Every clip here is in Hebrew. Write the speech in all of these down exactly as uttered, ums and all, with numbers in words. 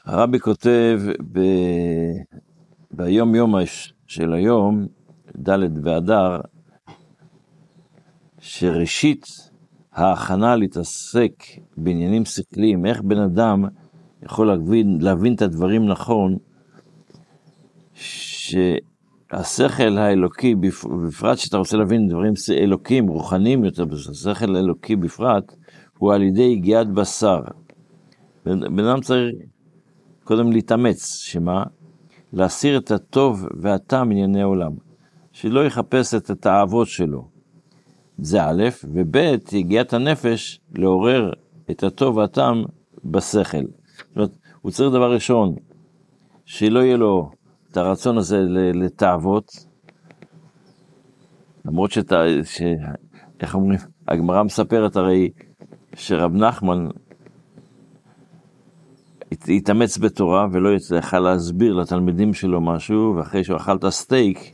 הרבי כותב ב... ביום יום של היום, ד' באדר, שראשית ההכנה להתעסק בעניינים שכליים, איך בן אדם יכול להבין, להבין את הדברים נכון, שהשכל האלוקי, בפרט שאתה רוצה להבין דברים אלוקים, רוחניים יותר, השכל האלוקי בפרט, הוא על ידי הגיעת בשר. בן אדם צריך קודם להתאמץ, שמה? להסיר את הטוב והטעם מענייני העולם, שלא יחפש את התאוות שלו. זה א', וב' הגיעת הנפש לעורר את הטוב והטעם בשכל. זאת אומרת, הוא צריך דבר ראשון, שלא יהיה לו את הרצון הזה לתאוות, למרות שאתה, ש... איך אומרים, הגמרא מספרת הרי שרב נחמן התאמץ בתורה ולא יצליח להסביר לתלמידים שלו משהו, ואחרי שהוא אכל את הסטייק,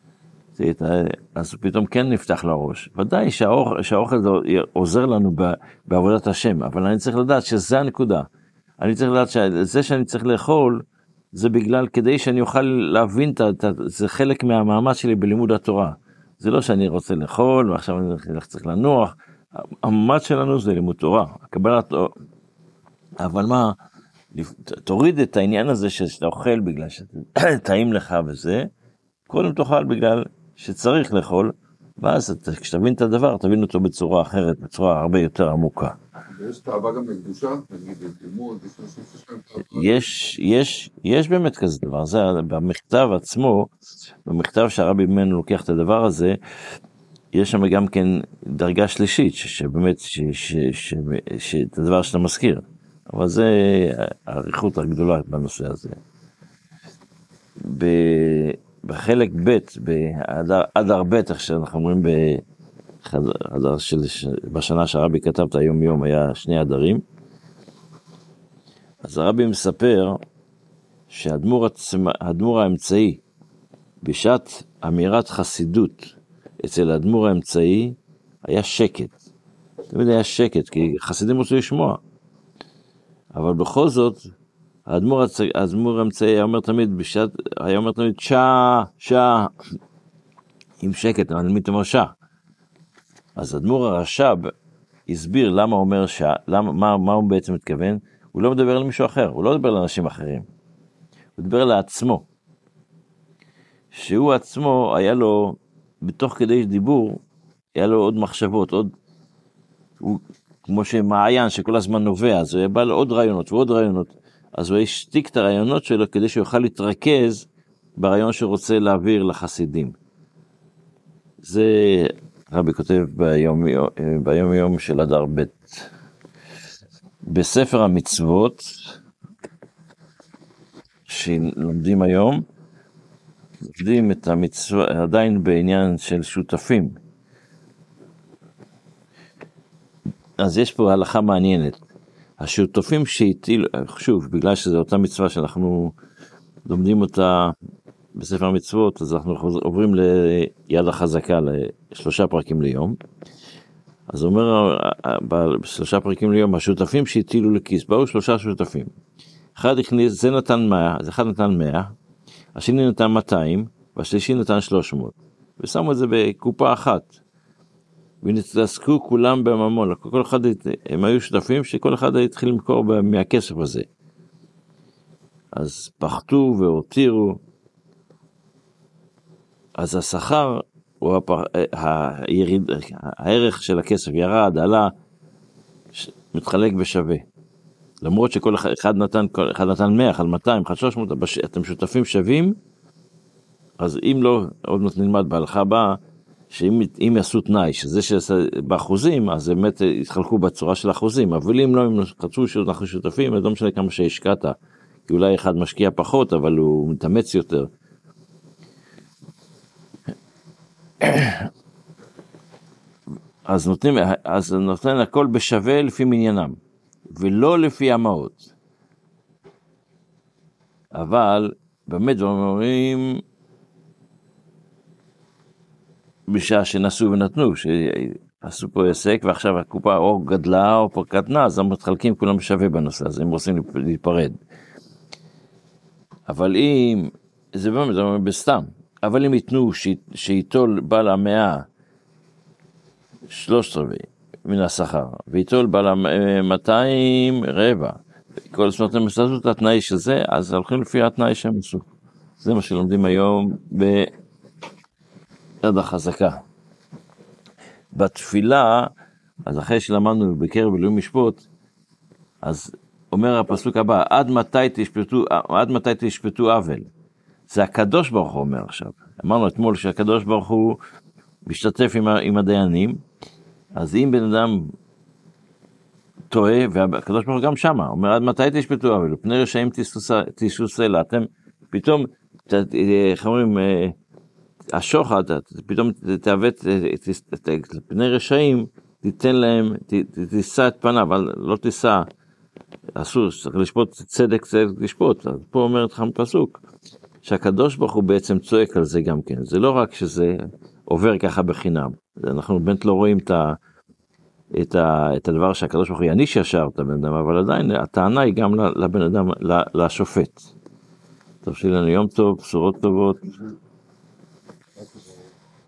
אז פתאום כן נפתח לו הראש. ודאי שהאוכל, שהאוכל עוזר לנו בעבודת השם, אבל אני צריך לדעת שזה הנקודה. אני צריך לדעת שזה שאני צריך לאכול, זה בגלל, כדי שאני אוכל להבין, זה חלק מהמאמץ שלי בלימוד התורה. זה לא שאני רוצה לאכול, ועכשיו אני צריך לנוח. המאמץ שלנו זה לימוד תורה. הקבלת, אבל מה, תוריד את העניין הזה שאתה אוכל בגלל שטעים לך וזה, קודם תאכל בגלל שצריך לאכול, ואז כשתבין את הדבר, תבין אותו בצורה אחרת, בצורה הרבה יותר עמוקה. ויש תאווה גם לקדושה, נגיד, לימוד, יש, יש, יש באמת כזה דבר, זה במכתב עצמו, במכתב שהרבי ממנו לוקח את הדבר הזה, יש שם גם כן דרגה שלישית, שבאמת, שאת הדבר שאתה מזכיר, אבל זה העריכות הגדולה בנושא הזה. ב... בחלק ב' באדר ב', איך שאנחנו אומרים באדר של, בשנה שהרבי כתב את היום יום, היה שני אדרים. אז הרבי מספר שהדמור עצמה, הדמור האמצעי, בשעת אמירת חסידות, אצל הדמור האמצעי, היה שקט. תמיד היה שקט, כי חסידים רוצים לשמוע. אבל בכל זאת, האדמו"ר האדמו"ר האמצעי היה אומר תמיד בשעת, היה אומר תמיד שעה, שעה, עם שקט, אבל מי תאמר שעה. אז האדמו"ר הרש"ב הסביר למה הוא אומר שעה, למה, מה, מה הוא בעצם מתכוון. הוא לא מדבר למישהו אחר, הוא לא מדבר לאנשים אחרים. הוא מדבר לעצמו. שהוא עצמו היה לו, בתוך כדי דיבור, היה לו עוד מחשבות, עוד, הוא, כמו שמעיין שכל הזמן נובע, אז הוא בא לו עוד רעיונות ועוד רעיונות. אז הוא השתיק את הרעיונות שלו כדי שהוא יוכל להתרכז ברעיון שרוצה להעביר לחסידים. זה רבי כותב ביום, ביום יום של אדר ב'. בספר המצוות שלומדים היום, לומדים את המצוות עדיין בעניין של שותפים. אז יש פה הלכה מעניינת. השותפים שהטילו, שוב, בגלל שזו אותה מצווה שאנחנו לומדים אותה בספר המצוות, אז אנחנו עוברים ליד החזקה לשלושה פרקים ליום. אז הוא אומר, בשלושה פרקים ליום, השותפים שהטילו לכיס, באו שלושה שותפים. אחד הכניס, זה נתן מאה, אז אחד נתן מאה, השני נתן מאתיים, והשלישי נתן שלוש מאות. ושמו את זה בקופה אחת. ונתעסקו כולם בממון, כל אחד, הם היו שותפים שכל אחד התחיל למכור מהכסף הזה. אז פחתו והותירו, אז השכר, הוא הפר, היריד, הערך של הכסף ירד, עלה, מתחלק בשווה. למרות שכל אחד נתן, כל אחד נתן מאה, אחד מאתיים, אחד שלוש מאות, אתם שותפים שווים, אז אם לא, עוד מעט נלמד בהלכה הבאה, שאם יעשו תנאי, שזה שבאחוזים, אז באמת יתחלקו בצורה של אחוזים, אבל אם לא, אם חצו שאנחנו שותפים, אז לא משנה כמה שהשקעת, כי אולי אחד משקיע פחות, אבל הוא מתאמץ יותר. אז נותנים, אז נותן הכל בשווה לפי מניינם, ולא לפי המעות. אבל, באמת אומרים, בשעה שנסו ונתנו, שעשו פה עסק, ועכשיו הקופה או גדלה או פה קטנה, אז הם מתחלקים כולם שווה בנושא הזה, הם רוצים להיפרד. אבל אם, זה באמת, זה באמת בסתם, אבל אם ייתנו שיטול בעל המאה שלושת רבעי מן השכר, ויטול בעל המאתיים רבע, כל זאת אומרת, הם עשו את התנאי של זה, אז הולכים לפי התנאי שהם עשו. זה מה שלומדים היום ביד החזקה. בתפילה, אז אחרי שלמדנו בקרב אלוהים משפוט, אז אומר הפסוק הבא, עד מתי תשפטו, עד מתי תשפטו עוול? זה הקדוש ברוך הוא אומר עכשיו. אמרנו אתמול שהקדוש ברוך הוא משתתף עם, עם הדיינים, אז אם בן אדם טועה, והקדוש ברוך הוא גם שמה, אומר עד מתי תשפטו עוול? פני רשעים תישאו סלע, אתם פתאום, איך אומרים, השוחד, פתאום תעוות פני רשעים, תיתן להם, תישא את פניו, אבל לא תישא, אסור, צריך לשפוט צדק, צדק לשפוט. אז פה אומר את חם פסוק, שהקדוש ברוך הוא בעצם צועק על זה גם כן. זה לא רק שזה עובר ככה בחינם. אנחנו באמת לא רואים את, ה, את, ה, את הדבר שהקדוש ברוך הוא יעניש ישר את הבן אדם, אבל עדיין הטענה היא גם לבן אדם, לשופט. טוב, שיהיה לנו יום טוב, בשורות טובות.